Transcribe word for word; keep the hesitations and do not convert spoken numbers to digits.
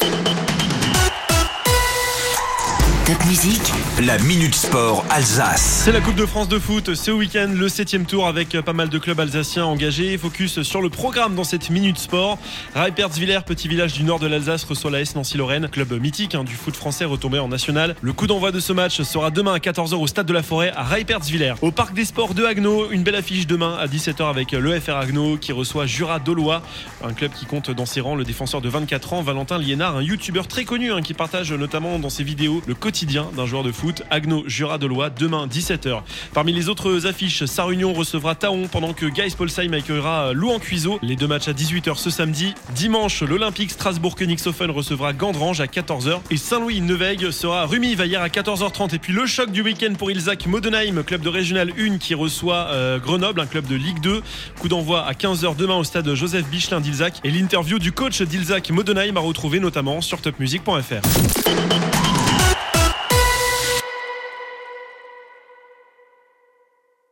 Top Musique, la Minute Sport Alsace. C'est la Coupe de France de foot, ce week-end, le septième tour avec pas mal de clubs alsaciens engagés. Focus sur le programme dans cette Minute Sport. Reipertswiller, petit village du nord de l'Alsace, reçoit l'A S Nancy-Lorraine, club mythique hein, du foot français retombé en national. Le coup d'envoi de ce match sera demain à quatorze heures au Stade de la Forêt à Reipertswiller. Au Parc des Sports de Haguenau, une belle affiche demain à dix-sept heures avec l'E F R Haguenau qui reçoit Jura Dolois, un club qui compte dans ses rangs le défenseur de vingt-quatre ans, Valentin Liénard, un youtubeur très connu hein, qui partage notamment dans ses vidéos le quotidien d'un joueur de foot. Haguenau, Jura Dolois, demain dix-sept heures. Parmi les autres affiches, Sarre-Union recevra Taon pendant que Geis-Polsheim accueillera Louan-Cuiseaux. Les deux matchs à dix-huit heures ce samedi. Dimanche, l'Olympique Strasbourg-Königshofen recevra Gandrange à quatorze heures et Saint-Louis-Nevègue sera à Rumi-Vaillère à quatorze heures trente. Et puis le choc du week-end pour Ilzac-Modenheim, club de Régional un qui reçoit euh, Grenoble, un club de Ligue deux. Coup d'envoi à quinze heures demain au stade Joseph Bichelin d'Ilzac. Et l'interview du coach d'Ilzac-Modenheim à retrouver notamment sur top music point f r.